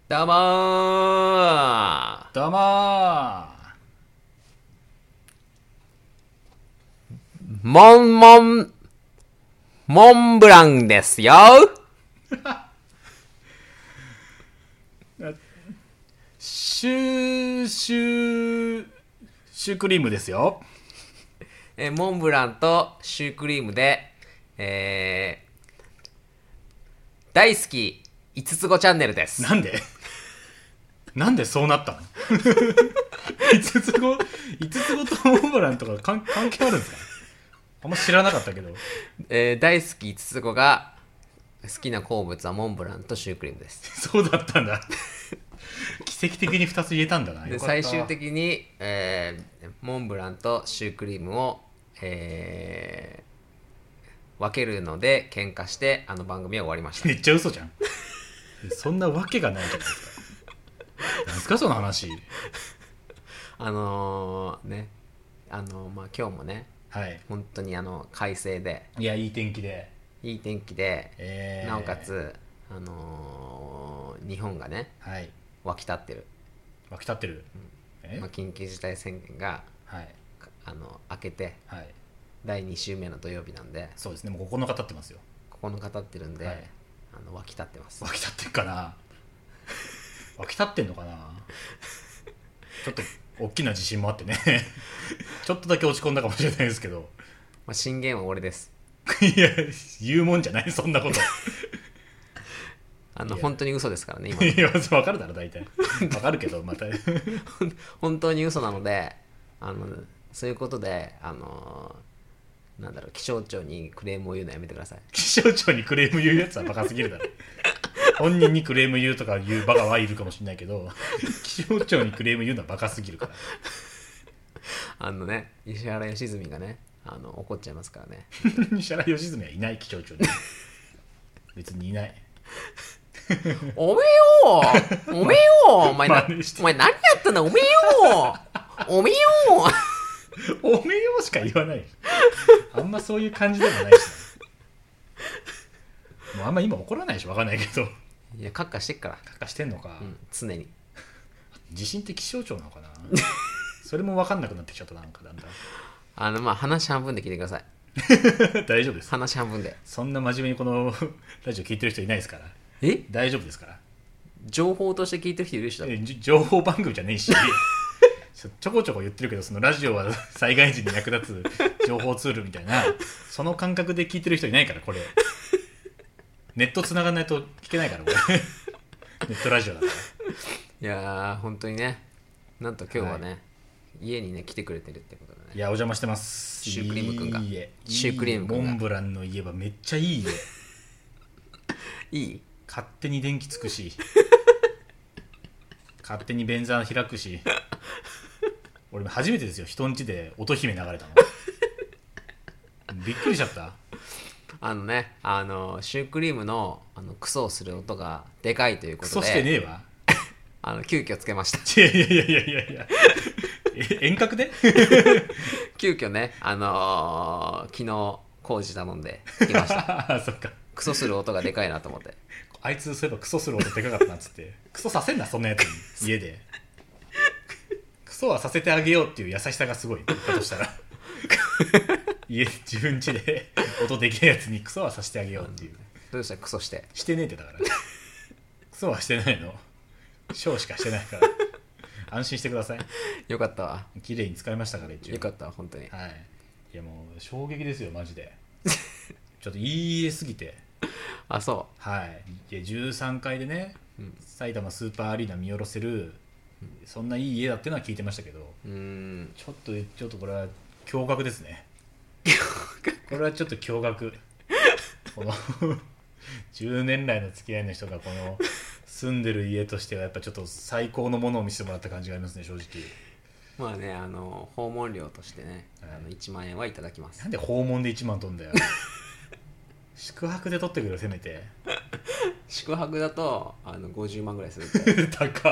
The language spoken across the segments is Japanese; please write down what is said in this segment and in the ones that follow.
どうもー。 どうもー。 モンブランですよ。 シュークリームですよ。 モンブランとシュークリームで、大好き5つ子チャンネルです。 なんでそうなったの五つ子とモンブランとか関係あるんですか？あんま知らなかったけど、 大好き5つ子が好きな好物はモンブランとシュークリームです。 そうだったんだ。奇跡的に2つ言えたんだな。 で最終的に、モンブランとシュークリームを、分けるので喧嘩してあの番組は終わりました。 めっちゃ嘘じゃん。そんなわけがないじゃないですか。なんですかその話。 ね、まあ今日もね、 はい。 本当に快晴でいや、いい天気で、 いい天気で、なおかつ日本がねはい、 沸き立ってる、 湧き立ってる。 まあ、緊急事態宣言がはい、 明けてはい。 第2週目の土曜日なんで、 そうですね。もう9日経ってますよ。 9日経ってるんで、 はい沸き立ってます。 湧き立ってんかな。湧き立ってんのかな。ちょっと大きな地震もあってね。ちょっとだけ落ち込んだかもしれないですけど。 まあ、震源は俺です。 いや、言うもんじゃないそんなこと。いや本当に嘘ですからね今の。 いや、分かるだろ大体。分かるけどまた。 本当に嘘なので、そういうことでなんだろう、気象庁にクレームを言うのやめてください。 気象庁にクレーム言うやつはバカすぎるだろ。本人にクレーム言うとか言うバカはいるかもしれないけど、気象庁にクレーム言うのはバカすぎるから。 石原良純がね怒っちゃいますからね。 石原良純はいない気象庁に。別にいない。 おめよおめよお前何やったんだおめよおめよおめよしか言わない。あんまそういう感じでもないし、もうあんま今怒らないし分かんないけど。 いや、カッカしてっから。 カッカしてんのか、 常に。 地震って気象庁なのかな。それも分かんなくなってきちゃった。なんかだんだんまあ話半分で聞いてください。 大丈夫です。 話半分で。 そんな真面目にこのラジオ聞いてる人いないですから。大丈夫ですから。 情報として聞いてる人いる人だ。 情報番組じゃねえし。ちょこちょこ言ってるけど、そのラジオは災害時に役立つ情報ツールみたいな、その感覚で聞いてる人いないから。これネット繋がんないと聞けないからこれ。ネットラジオだから。 いやー本当にね、なんと今日はね、家にね来てくれてるってことでね。 いや、お邪魔してます。 シュークリームくんが。 いい家。 シュークリームくんがモンブランの家はめっちゃいい家。 いい？ 勝手に電気つくし、勝手に便座開くし。俺初めてですよ、人ん家で音姫流れたの。びっくりしちゃった。 シュークリームのクソをする音がでかいということで、 クソしてねえわ。 急遽つけました。 いや遠隔で急遽ね、昨日工事頼んでつけました。 あ、そっか。 クソする音がでかいなと思って。 あいつそういえばクソする音でかかったなっつって。クソさせんなそんなやつに家で。クソはさせてあげようっていう優しさがすごい。だとしたら自分家で音できるやつにクソはさせてあげようっていう。 どうしたらクソしてねえって。だからクソはしてないの。ショーしかしてないから安心してください。 よかったわ。 綺麗に使いましたから一応。 よかったわ本当に。 はい。いやもう衝撃ですよマジで。ちょっといい家すぎて。 あ、そう。はい。いや13階でね、埼玉スーパーアリーナ見下ろせる、そんないい家だってのは聞いてましたけど、ちょっとこれは驚愕ですね。これはちょっと驚愕。この10年来の付き合いの人がこの住んでる家としてはやっぱちょっと最高のものを見せてもらった感じがありますね正直。 まあね、訪問料としてね、1万円はいただきます。 なんで訪問で1万取んだよ。宿泊で取ってくるせめて。 宿泊だと50万ぐらいするって高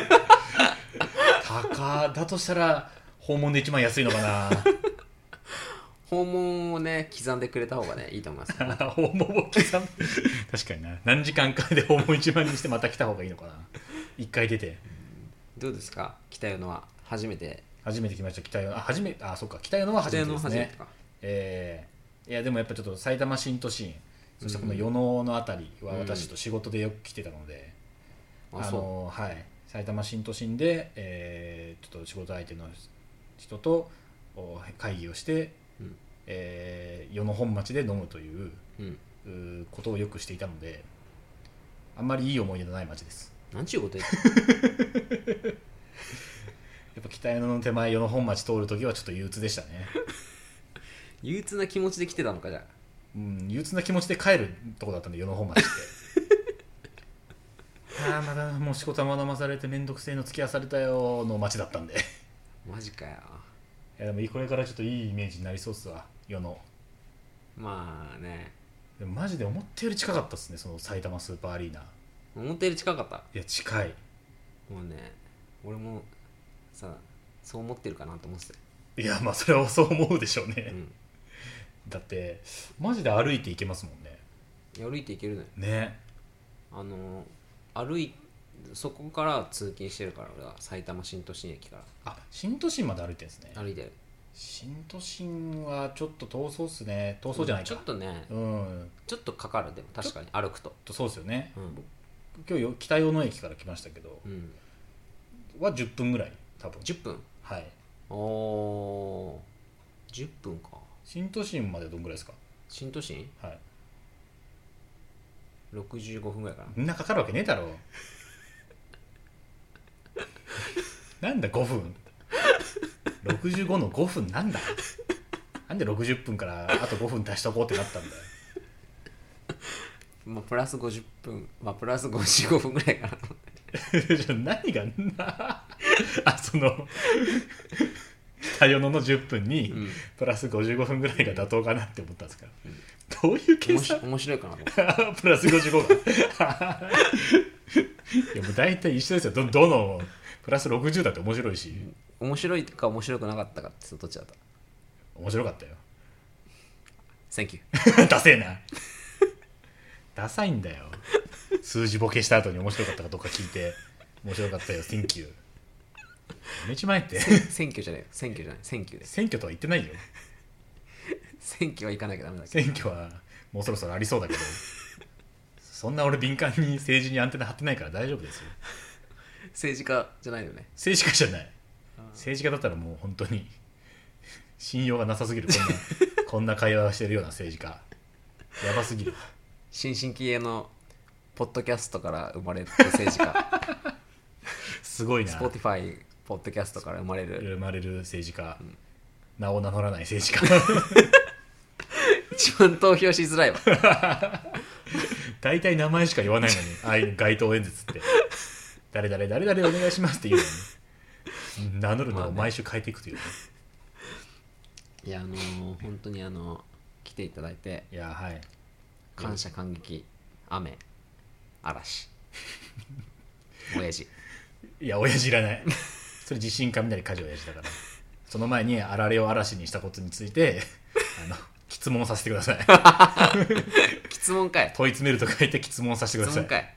だとしたら訪問で1万安いのかな。 訪問をね刻んでくれた方がねいいと思います。 訪問を刻む。確かにな。何時間かで訪問1万にしてまた来た方がいいのかな。 一回出て。 どうですか北与野は初めて来ました。北与野そっか、北与野は初めてですね。 か。 いやでもやっぱちょっと埼玉新都心、そしてこの与野のあたりは私と仕事でよく来てたので、はい、埼玉新都心で、ちょっと仕事相手の人と会議をして、与野本町で飲むという、ことをよくしていたので、あんまりいい思い出のない町です。 なんちゅうこと言ってやっぱ北与野の手前与野本町通るときはちょっと憂鬱でしたね。 憂鬱な気持ちで来てたのかじゃあ。 憂鬱な気持ちで帰るとこだったんで与野本町ってまだもう仕事学ばされてめんどくせえの付き合わされたよの町だったんでマジかよ。 いやでもこれからちょっといいイメージになりそうっすわ与野。 まあね、 でもマジで思ったより近かったっすね、その埼玉スーパーアリーナ。 思ったより近かった。 いや近い。 もうね、俺もさそう思ってるかなと思ってたよ。 いやまあそれはそう思うでしょうね、だってマジで歩いて行けますもんね。 歩いて行けるのよね。 そこから通勤してるから、俺は埼玉新都心駅から。 新都心まで歩いてるんですね。 歩いてる。 新都心はちょっと遠そうっすね。遠そうじゃないか、 ちょっとね、ちょっとかかる。でも確かに歩くとそうですよね、今日北与野駅から来ましたけど、は10分ぐらい多分。 10分。 はい。 10分か。 新都心までどんぐらいですか？ 新都心はい。 65分ぐらいかな。 みんなかかるわけねえだろなんだ5分65の5分なんだ。なんで60分からあと5分足しとこうってなったんだよまあプラス50分、まあプラス55分ぐらいかなと思って何がその北与野の10分にプラス55分ぐらいが妥当かなって思ったんですか、どういう計算？ 面白いかなと思ってプラス55がいやもう大体一緒ですよ。どのプラス60だって面白いし、 面白いか面白くなかったかってどっちだった？ 面白かったよ。 センキューダセえなダサいんだよ。数字ボケした後に面白かったかどうか聞いて面白かったよセンキューやめちまえって選挙じゃないよ。選挙じゃない。選挙です。 選挙とは言ってないよ。 選挙は行かなきゃダメだけ選挙はもうそろそろありそうだけどそんな俺敏感に政治にアンテナ張ってないから大丈夫ですよ。 政治家じゃないよね。 政治家じゃない。政治家だったらもう本当に信用がなさすぎる。こんな会話をしてるような政治家やばすぎる。 新進気鋭のポッドキャストから生まれる政治家すごいな。 Spotify ポッドキャストから生まれる政治家、名を名乗らない政治家一番投票しづらいわ大体名前しか言わないのにああいう街頭演説って誰々誰々お願いしますって言うのに名乗るのを毎週変えていくというね。 いや本当に来ていただいて、 いやはい、 感謝感激、雨嵐親父。 いや親父いらないそれ地震雷火事親父だから。その前にあられを嵐にしたことについて質問させてください質問かい。 問い詰めると書いて質問させてください。 質問かい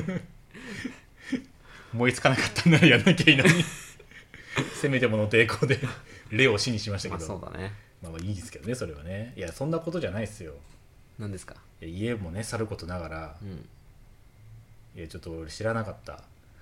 思いつかなかったんならやんなきゃいいのにせめてもの抵抗で霊を死にしましたけど、 そうだね。 まあいいですけどねそれはね。いやそんなことじゃないですよ。 何ですか？ いや家もねさることながら、いやちょっと俺知らなかった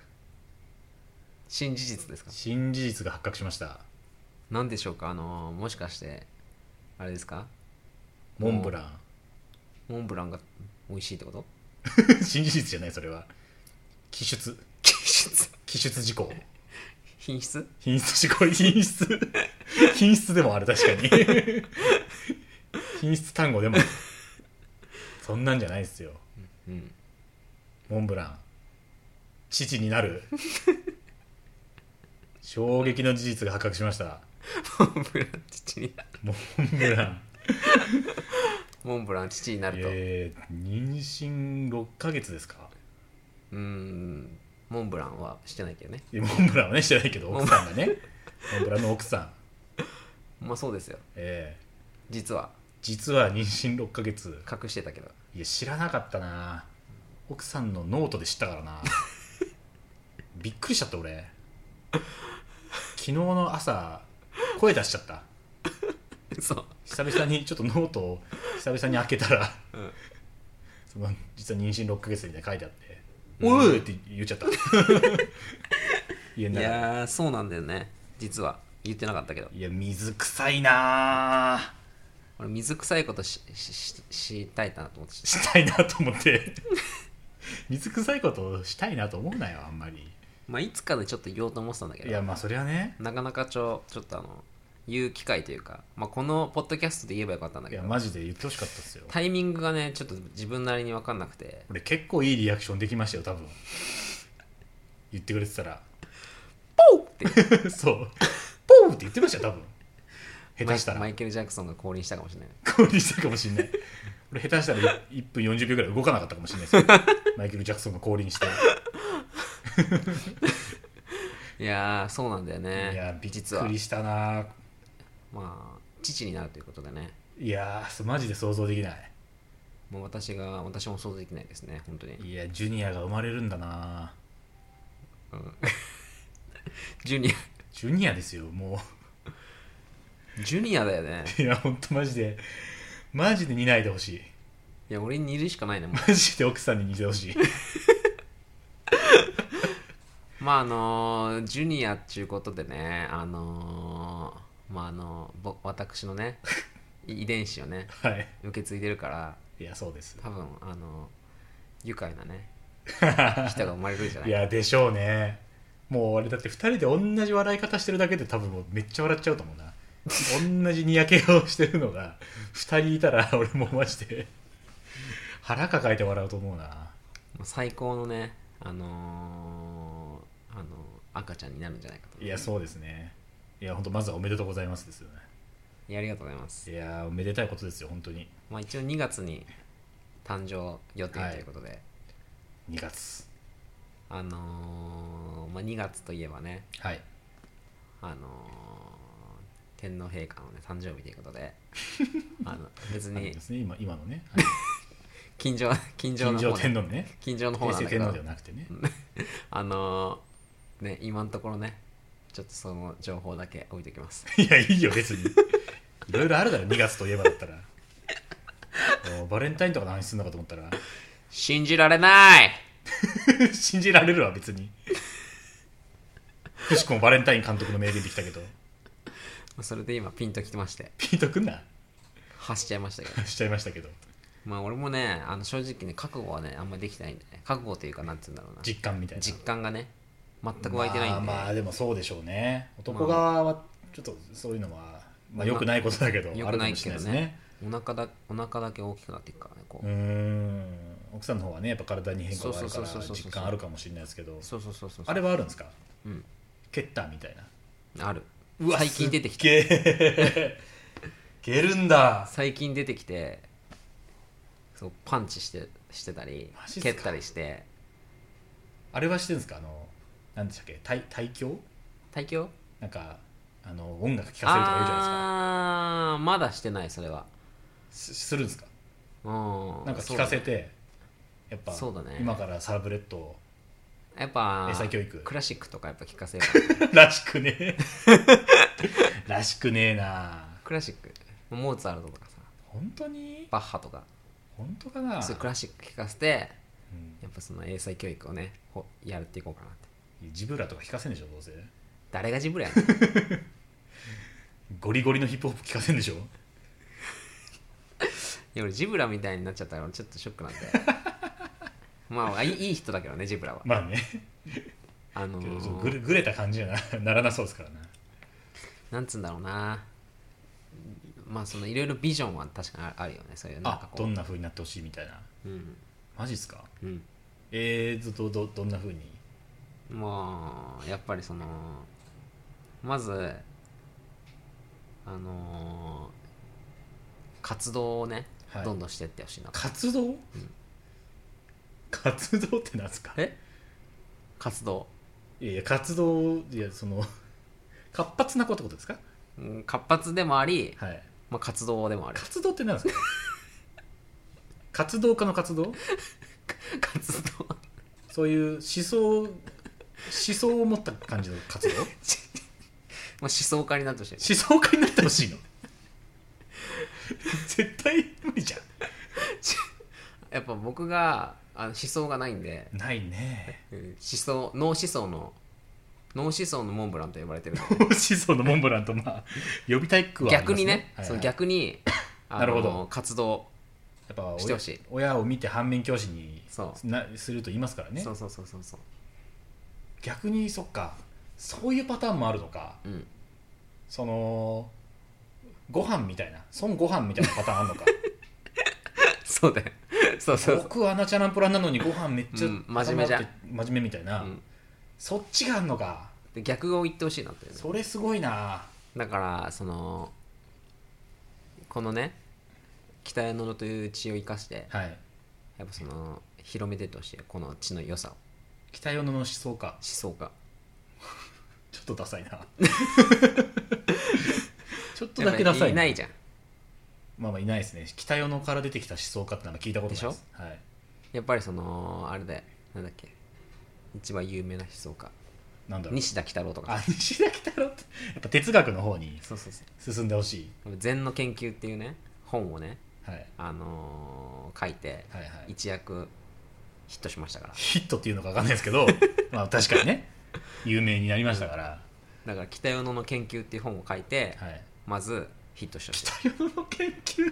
新事実ですか？ 新事実が発覚しました。 何でしょうか？もしかしてあれですか？ モンブランモンブランが美味しいってこと？ 新事実じゃないそれは。記述事項。 品質事項品質でもある。確かに品質単語でもそんなんじゃないですよ、モンブラン父になる衝撃の事実が発覚しました。 モンブラン父になる。 モンブランモンブラン父になると、 妊娠6ヶ月ですか？ モンブランはしてないけどね。 モンブランはねしてないけど奥さんがねモンブランの奥さん。 まあそうですよ、実は妊娠6ヶ月隠してたけど。 いや知らなかったな。奥さんのノートで知ったからなびっくりしちゃった俺。昨日の朝声出しちゃった。 そう久々にちょっとノートを久々に開けたら、 うん、 その実は妊娠6ヶ月みたいな書いてあって「 うん、 おい!」って言っちゃった家のい中で。 やーそうなんだよね。実は言ってなかったけど、 いや水臭いなあ。 俺水臭いことしたいなと思ってしたいなと思って水臭いことをしたいなと思うなよあんまり。 まあいつかでちょっと言おうと思ってたんだけど、 いやまあそれはね。 なかなかちょっと言う機会というか、まあ、このポッドキャストで言えばよかったんだけど、 いやマジで言ってほしかったですよ。 タイミングがねちょっと自分なりに分かんなくて、 俺結構いいリアクションできましたよ多分言ってくれてたらポーってそうポーって言ってましたよ多分。下手したらマイケル・ジャクソンが降臨したかもしれない。 降臨したかもしれない。俺下手したら1分40秒ぐらい動かなかったかもしれないですよマイケル・ジャクソンが降臨して。 いやーそうなんだよね。 いやびっ実はくりしたな。 まあ父になるということでね、 いやマジで想像できない。 もう私も想像できないですね本当に。 いやジュニアが生まれるんだな。 ジュニジュニアですよもジュニアだよね。 ういやほんとマジで似ないでほしい。 いや俺に似るしかないねもうマジで奥さんに似てほしいまあジュニアっていうことでね、私のね遺伝子をねはい受け継いでるから、 いやそうです多分愉快なね人が生まれるんじゃないいやでしょうね。もうあれだって2人で同じ笑い方してるだけで多分もうめっちゃ笑っちゃうと思うな。同じにやけ顔してるのが2人いたら俺もうマジで腹抱えて笑うと思うな。 最高のね赤ちゃんになるんじゃないかと。 いやそうですね。いや本当まずはおめでとうございますですよね。 いやありがとうございます。 いやおめでたいことですよ本当に。 まあ一応2月に誕生予定ということで、 2月 2月といえばねはい天皇陛下の、ね、誕生日ということで別にですね今のね、はい、 近所の方天皇ね近所の方なんだけど平成天皇ではなくてねね今のところねちょっとその情報だけ置いておきます。 いやいいよ別にいろいろあるだろ2月といえばだったらバレンタインとかの話するのかと思ったら信じられない信じられるわ別にくしくもバレンタイン監督の名言できたけどそれで今ピンときてましてピンとくんな走っちゃいましたけどしちゃいましたけどまあ俺もね正直ね覚悟はねあんまりできてないんでね、覚悟というかなんて言うんだろうな、 実感みたいな実感がね全く湧いてないんで、 まあでもそうでしょうね。男側はちょっとそういうのは良くないことだけど、 良くないけどね、お腹だけ大きくなっていくからねこう奥さんの方はねやっぱ体に変化があるから実感あるかもしれないですけど、 そうあれはあるんですか？ うん蹴ったみたいな。 ある。 うわ最近出てきて蹴るんだ。 最近出てきてそうパンチしてたり蹴ったりして。 あれはしてるんですか？何でしたっけ、対響なんか音楽聴かせるとか言うじゃないですか。 ああまだしてないそれは。 するんですか？ なんか聞かせて、やっぱそうだね、 今からサラブレッドをやっぱ英才教育クラシックとかやっぱ聞かせるらしくねえらしくねえな。 クラシックモーツァルトとかさ本当にバッハとか本当かな。 そういうクラシック聞かせて、やっぱその英才教育をねやっていこうかなって。 ジブラとか聞かせんでしょどうせ。 誰がジブラやねんゴリゴリのヒップホップ聞かせんでしょ。 いや俺ジブラみたいになっちゃったからちょっとショックなんでまあいい人だけどねジブラは。 まあねぐれた感じにはならなそうですからな。 なんつうんだろうな、まあそのいろいろビジョンは確かにあるよね。そういうなんかこうどんな風になってほしいみたいな。マジっすか？どんな風に。 まあやっぱりそのまず活動をね、どんどんしていってほしいな。 活動？活動ってなんですか？ 活動。 いや活動、いやその活発なことですか？ 活発でもあり、 はい、 まあ、活動でもある。 活動ってなんですか？活動家の活動？ 活動そういう思想想を持った感じの活動もう思想家になってほしい。 思想家になってほしいの絶対無理じゃやっぱ僕が思想がないんで、 ん。ないね。 脳思想のモンブランと呼ばれてるんで思想のモンブランと、まあ呼びたいくはありますね。 逆にね、 はいはい、 その逆になるほど活動やっぱしてほしい。 親を見て反面教師にそうすると言いますからね。 そう逆にそっか、そういうパターンもあるのか。 うん、 そのご飯みたいな、孫ご飯みたいなパターンあるのかそうだよそう僕はアナチャナンプランなのにご飯めっちゃ、 真面目じゃん。 真面目みたいな、そっちがあんのか。 で逆を言ってほしいなっていうね。 それすごいな。 だからこのね北矢野という血を生かして、 はい、 やっぱ広めてってほしいよ、この血の良さを。 北与野の思想か。 思想家ちょっとダサいなちょっとだけダサい。 いないじゃん。 まあいないですね。北与野から出てきた思想家ってのは聞いたことないです。 でしょ、はい、 やっぱりあれでなんだっけ、一番有名な思想家、 なんだろう、 西田幾多郎とか。 西田幾多郎ってやっぱ哲学の方に進んでほしい。 禅の研究っていうね本をね、 はい、 書いて、 はいはい、 一躍ヒットしましたから。 ヒットっていうのか分かんないですけどまあ確かにね有名になりましたから。 だから北与野の研究っていう本を書いて、 はい、 まずヒットした。 北与野の研究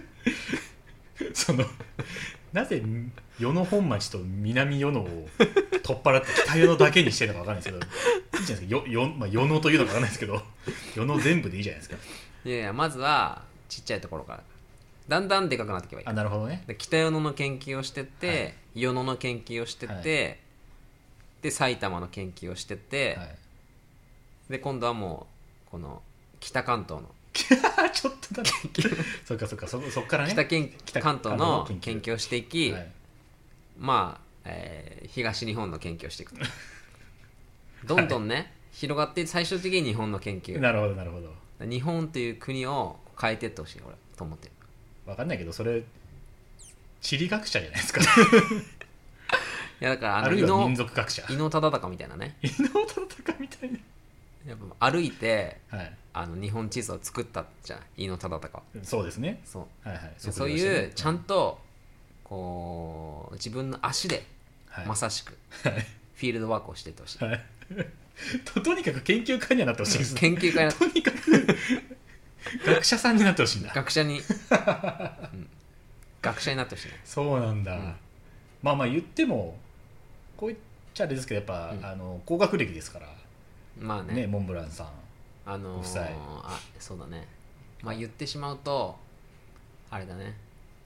なぜ与野本町と南与野を取っ払って北与野だけにしてるのか分かんないですけどいいじゃないですか。与野というのか分かんないですけど与野全部でいいじゃないですか。 いやいや、まずはちっちゃいところからだんだんでかくなっていけばいい。 あ、なるほどね。 で北与野の研究をしてって、はい、与野の研究をしてって、はい、で埼玉の研究をしてって、はい、で今度はもうこの北関東のちょっとだけそっかそっからね、 北関東の研究をしていき、はい、まあ、東日本の研究をしていくとどんどんね、はい、広がって最終的に日本の研究。 なるほどなるほど。 日本という国を変えていってほしい俺と思ってる。 分かんないけどそれ地理学者じゃないですかいやだからあるいは民族学者、 伊能忠敬みたいなね。 伊能忠敬みたいな、 やっぱ歩いて、 はい、 日本地図を作ったじゃん伊能忠敬は。 そうですね。 そう、 はいはい、 そういうちゃんとこう自分の足で、はい、まさしくフィールドワークをしていってほしい、はい、 とにかく研究家にはなってほしいです。 研究家になってとにかく学者さんになってほしいんだ。 学者に、学者になってほしいね。 そうなんだ、まあ言ってもこう言っちゃあれですけどやっぱ、高学歴ですから、 まあね、 モンブランさん夫妻、 そうだね。言ってしまうとあれだね、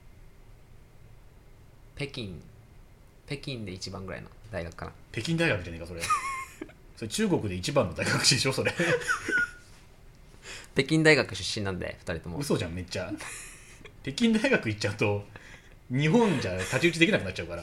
北京で一番ぐらいの大学かな。 北京大学じゃねえかそれそれ中国で一番の大学でしょそれ北京大学出身なんで2人とも。 嘘じゃんめっちゃ北京大学行っちゃうと日本じゃ太刀打ちできなくなっちゃうから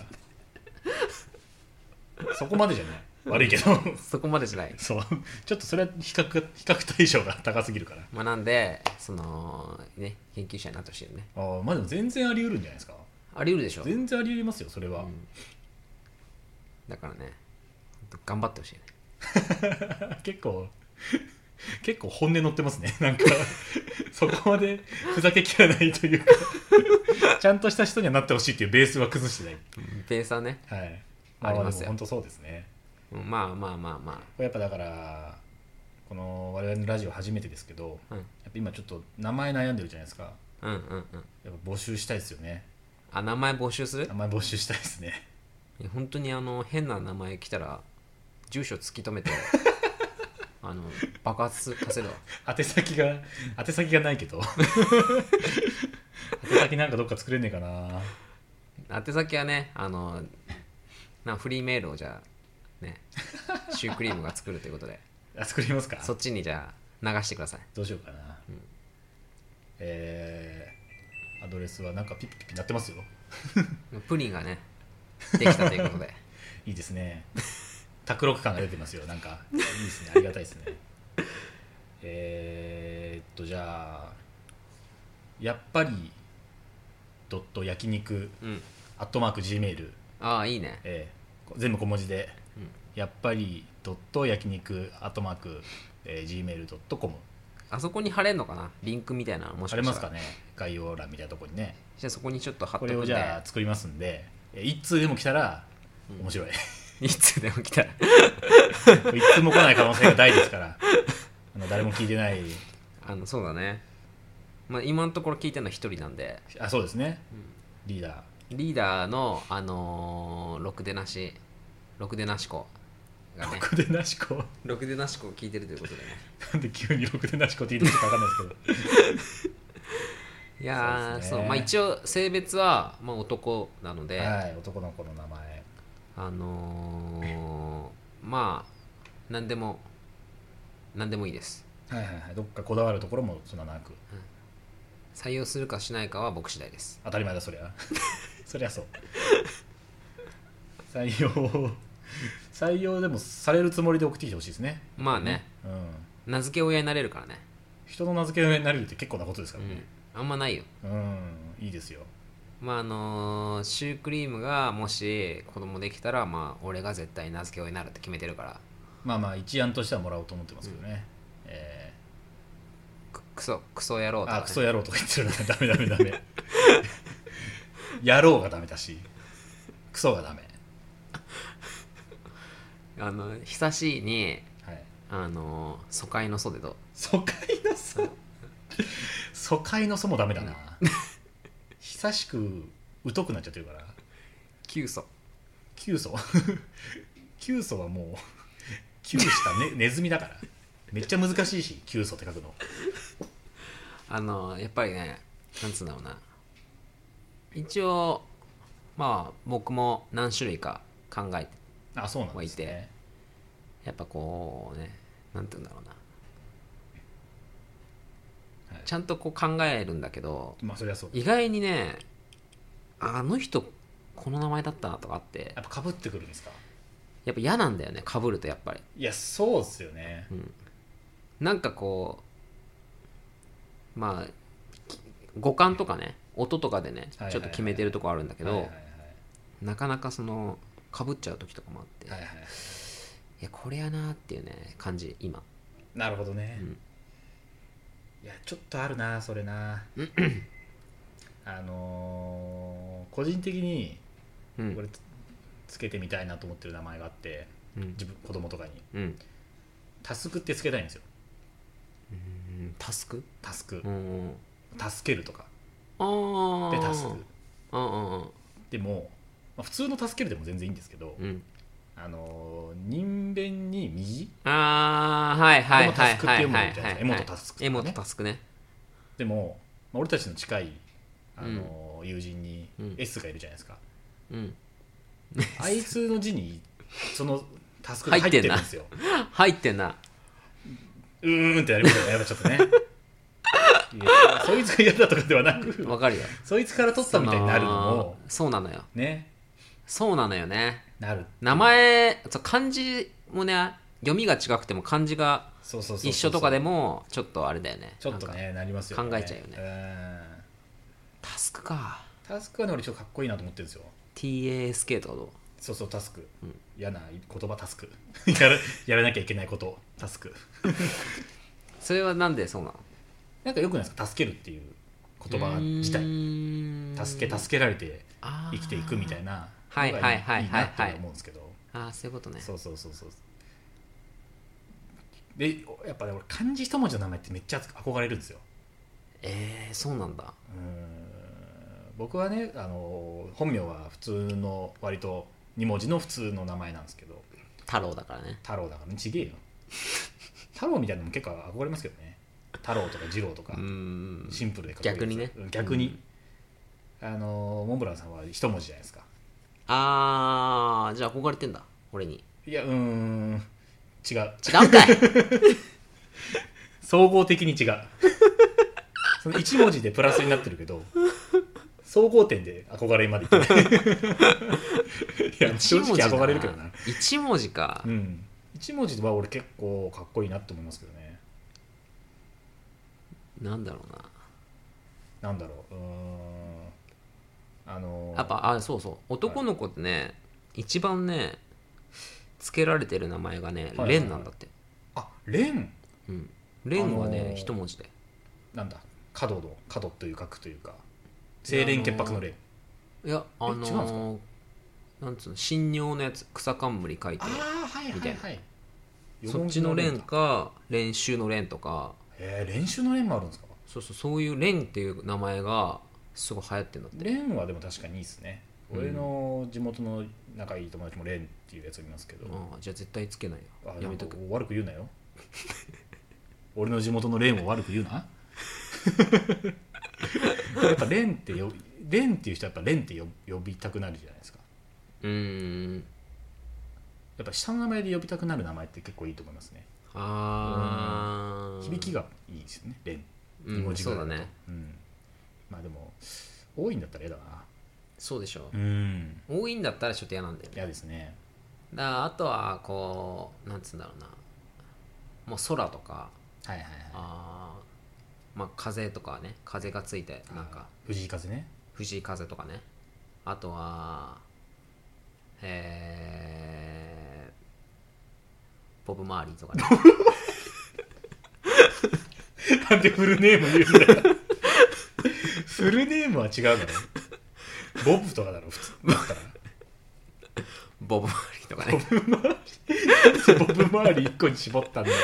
そこまでじゃない、悪いけどそこまでじゃない。 そうちょっとそれは比較対象が高すぎるから、 なんでね研究者になってほしいよね。 でも全然あり得るんじゃないですか。 あり得るでしょ。 全然あり得ますよそれは、 だからね頑張ってほしいね結構本音乗ってますねなんかそこまでふざけきらないというかちゃんとした人にはなってほしいっていうベースは崩してない。 ベースはね、 はい、 ありますよ。 本当そうですね。 まあやっぱだからこの我々のラジオ初めてですけど、やっぱ今ちょっと名前悩んでるじゃないですか。やっぱ募集したいですよね。 名前募集する？ 名前募集したいですね。 本当に変な名前来たら住所突き止めて爆発させるわ。 宛先がないけど宛先なんかどっか作れねえかな。 宛先はねフリーメールをじゃあねシュークリームが作るということで作りますか。 そっちにじゃあ流してください。 どうしようかな、アドレスはなんかピッピッピ鳴ってますよプリンがねできたということでいいですね。卓録感が出てますよ。なんかいいですね。ありがたいですね。じゃあやっぱりドット焼肉、@gmail。 ああいいね。 全部小文字で、 やっぱりドット焼肉@gmail.com あそこに貼れんのかな、リンクみたいなのもしかしたらありますかね、概要欄みたいなところにね。 じゃあそこにちょっと貼っとこれをくんで、 じゃあ作りますんで、一通でも来たら面白い、 いつでも来たらいつも来ない可能性が大ですから誰も聞いてない。 そうだね、まあ、今のところ聞いてるの一人なんで、 そうですね、リーダーのろくでなし子がね、 ろくでなし子ろくでなし子を聞いてるということでねなんで急にろくでなし子って言ってるか分かんないですけどいやー、 そうですねそう、まあ、一応性別は、まあ、男なので、 はい、男の子の名前。 まあ何でもいいです。 はいはいはい、どっかこだわるところもそんななく、 採用するかしないかは僕次第です。 当たり前だそりゃそりゃそう採用でもされるつもりで送ってきてほしいですね。 まあね、名付け親になれるからね。 人の名付け親になれるって結構なことですからね。 あんまないよ。 いいですよ。 まあシュークリームがもし子供できたら、まあ俺が絶対名付け親になるって決めてるから、 まあまあ一案としてはもらおうと思ってますけどね、 クソ野郎とか、ね、 クソ野郎とか言ってるのダメ野郎がダメだしクソがダメ。 久しいに、 はい、 疎開の祖でど疎開の祖疎開の祖もダメだな久しく疎くなっちゃってるから。 急祖急祖はもう急した、ネズミだからめっちゃ難しいし、急祖って書くのやっぱりね、なんつうんだろうな、一応まあ僕も何種類か考えてそうなんですね。 はいて、やっぱこうね、なんて言うんだろうな、 はい、 ちゃんとこう考えるんだけど、 まあそれはそう意外にね、あの人この名前だったなとかあって、 やっぱ被ってくるんですか。 やっぱ嫌なんだよね、被ると。やっぱりいやそうっすよね、 なんかこう、まあ五感とかね、音とかでね、ちょっと決めてるとこあるんだけど、なかなかその被っちゃう時とかもあって、いやこれやなっていうね感じ今。 なるほどね、いやちょっとあるなそれな個人的にこれつけてみたいなと思ってる名前があって、自分子供とかに、タスクってつけたいんですよ。 タスク助けるとかでタスクでも、普通の助けるでも全然いいんですけど、人弁に右、 はいはいはいはいはい、 エモとタスクとかね。 エモとタスクね。 でも、俺たちの近い友人に S がいるじゃないですか、あいつの字にそのタスクが入ってるんですよ。 入ってんな。 ってやりますよね、やっぱちょっとねそいつが嫌だとかではなく、 わかるよ、 そいつから取ったみたいになるのもそうなのよね。 そうなのよね。 なる名前、漢字もね、読みが違くても漢字が一緒とかでもちょっとあれだよね。 ちょっとね、なりますよね。 考えちゃうよね。タスクか。 タスクはね、俺ちょっとかっこいいなと思ってるんですよ。 TASK とかどう？ そうタスク、嫌な言葉タスクやらなきゃいけないことタスクそれはなんでそうなの？ なんかよくないですか、助けるっていう言葉自体。助けられて生きていくみたいなのがいいなって思うんですけど。 そういうことね。 そうで、やっぱり俺漢字一文字の名前ってめっちゃ憧れるんですよ。 そうなんだ。 僕はね、本名は普通の割と2文字の普通の名前なんですけど、 太郎だからね。 太郎だからね、ちげえよ太郎みたいなのも結構憧れますけどね。太郎とか二郎とかシンプルでかっこいい。 逆にね。 逆に、モンブランさんは一文字じゃないですか。 じゃあ憧れてんだ俺に。 いや、違うんかい総合的に違うその1文字でプラスになってるけど、総合点で憧れまでいってないいや正直憧れるけどな。 1文字か。 1文字は俺結構かっこいいなって思いますけどね。 なんだろうな。やっぱそう男の子ってね、一番ね付けられてる名前がね、レンなんだって。 あ、レン。 うん。レンはね、一文字で。 なんだ、角という書くというか、清廉潔白のレン。 いや、 違うんですか？ なんつうの、神尿のやつ、草冠書いてみたいな。そっちのレンか練習のレンとか。 練習のレンもあるんですか？ そういうレンっていう名前がすごい流行ってるんだって。 レンはでも確かにいいですね。俺の地元の仲いい友達もレンっていうやついますけど。 じゃあ絶対つけないよ。やめとく。 悪く言うなよ。俺の地元のレンを悪く言うな。やっぱレンっていう人はやっぱレンって呼びたくなるじゃないですか。やっぱ下の名前で呼びたくなる名前って結構いいと思いますね。響きがいいですよね、レン。2文字ぐらいだと。そうだね。まあでも多いんだったら嫌だな。 そうでしょ。多いんだったらちょっと嫌なんだよね。 嫌ですね。 あとはこうなんつうんだろうな、もう空とか、まあ風とかね、風がついてなんか藤井風ね。 藤井風とかね。あとはボブ・マーリーとかね。 なんでフルネーム言うんだよ。フルネームは違うだろ。ボブとかだろ普通だったら。 ボブ・マーリーとかね。 ボブ・マーリー。ボブ・マーリー1個に絞ったんだよ。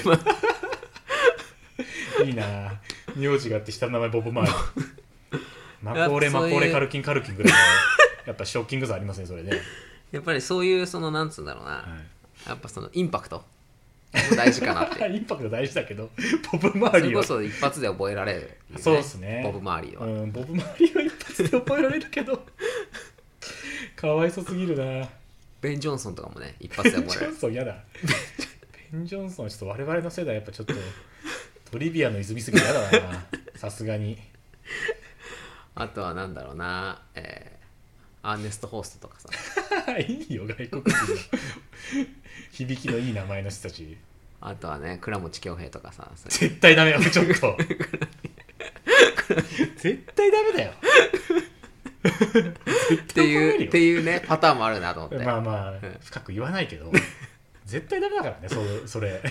いいな。名字があって下の名前ボブ・マーリー。マコーレカルキンぐらいのやっぱショッキングさありますね、それね。 やっぱりそういうそのなんつうんだろうな、やっぱそのインパクト大事かなって。 インパクト大事だけど、ボブ・マーリーはそれこそ一発で覚えられる、 ね、そうですね。 ボブ・マーリーは、 ボブ・マーリーは一発で覚えられるけどかわいそすぎるな。 ベン・ジョンソンとかもね一発で覚えられる。 ベン・ジョンソン嫌だ。ベン・ジョンソンはちょっと我々の世代やっぱちょっとトリビアの泉すぎて嫌だな。さすがに。 あとはなんだろうな、アーネスト・ホーストとかさ。いいよ、外国人の響きのいい名前の人たち。 あとはね、倉持恭平とかさ。 絶対ダメよ、ちょっと。絶対ダメだよ。 っていうね、パターンもあるなと思って。 まあまあ、深く言わないけど、絶対ダメだからね、それ。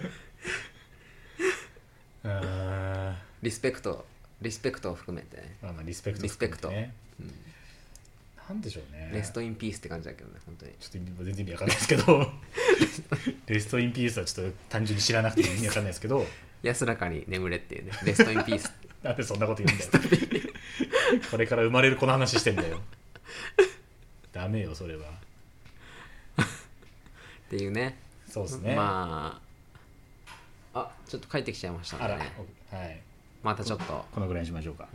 リスペクトを含めてね。 まあリスペクトね。なんでしょうね。 レストインピースって感じだけどね、本当に。 ちょっと全然意味わかんないですけど、レストインピースはちょっと単純に知らなくて意味わかんないですけど、 安らかに眠れっていうね、レストインピース。 なんでそんなこと言うんだよ。これから生まれる子の話してんだよ。ダメよ、それは。 っていうね。 そうですね。 まあ、ちょっと帰ってきちゃいましたんでね。 はい。 またちょっとこのぐらいにしましょうか。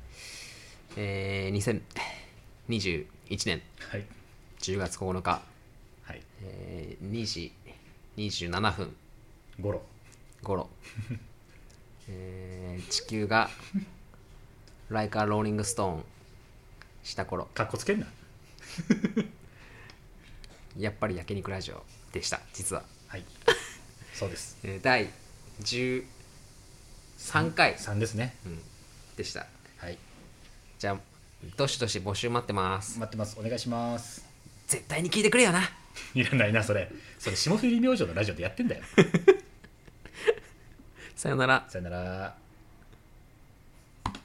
2021年10月9日、 はい、 2時27分ごろ、 地球がライカーローリングストーンした頃、 かっこつけんな。 やっぱり焼肉ラジオでした、実は。 はい、そうです。 第13回 3ですね、 でした。 はい。 じゃあどしどし募集待ってます。 お願いします。 絶対に聞いてくれよな。 いらないな、それ霜降り明星のラジオでやってんだよ。 さよなら。 さよなら。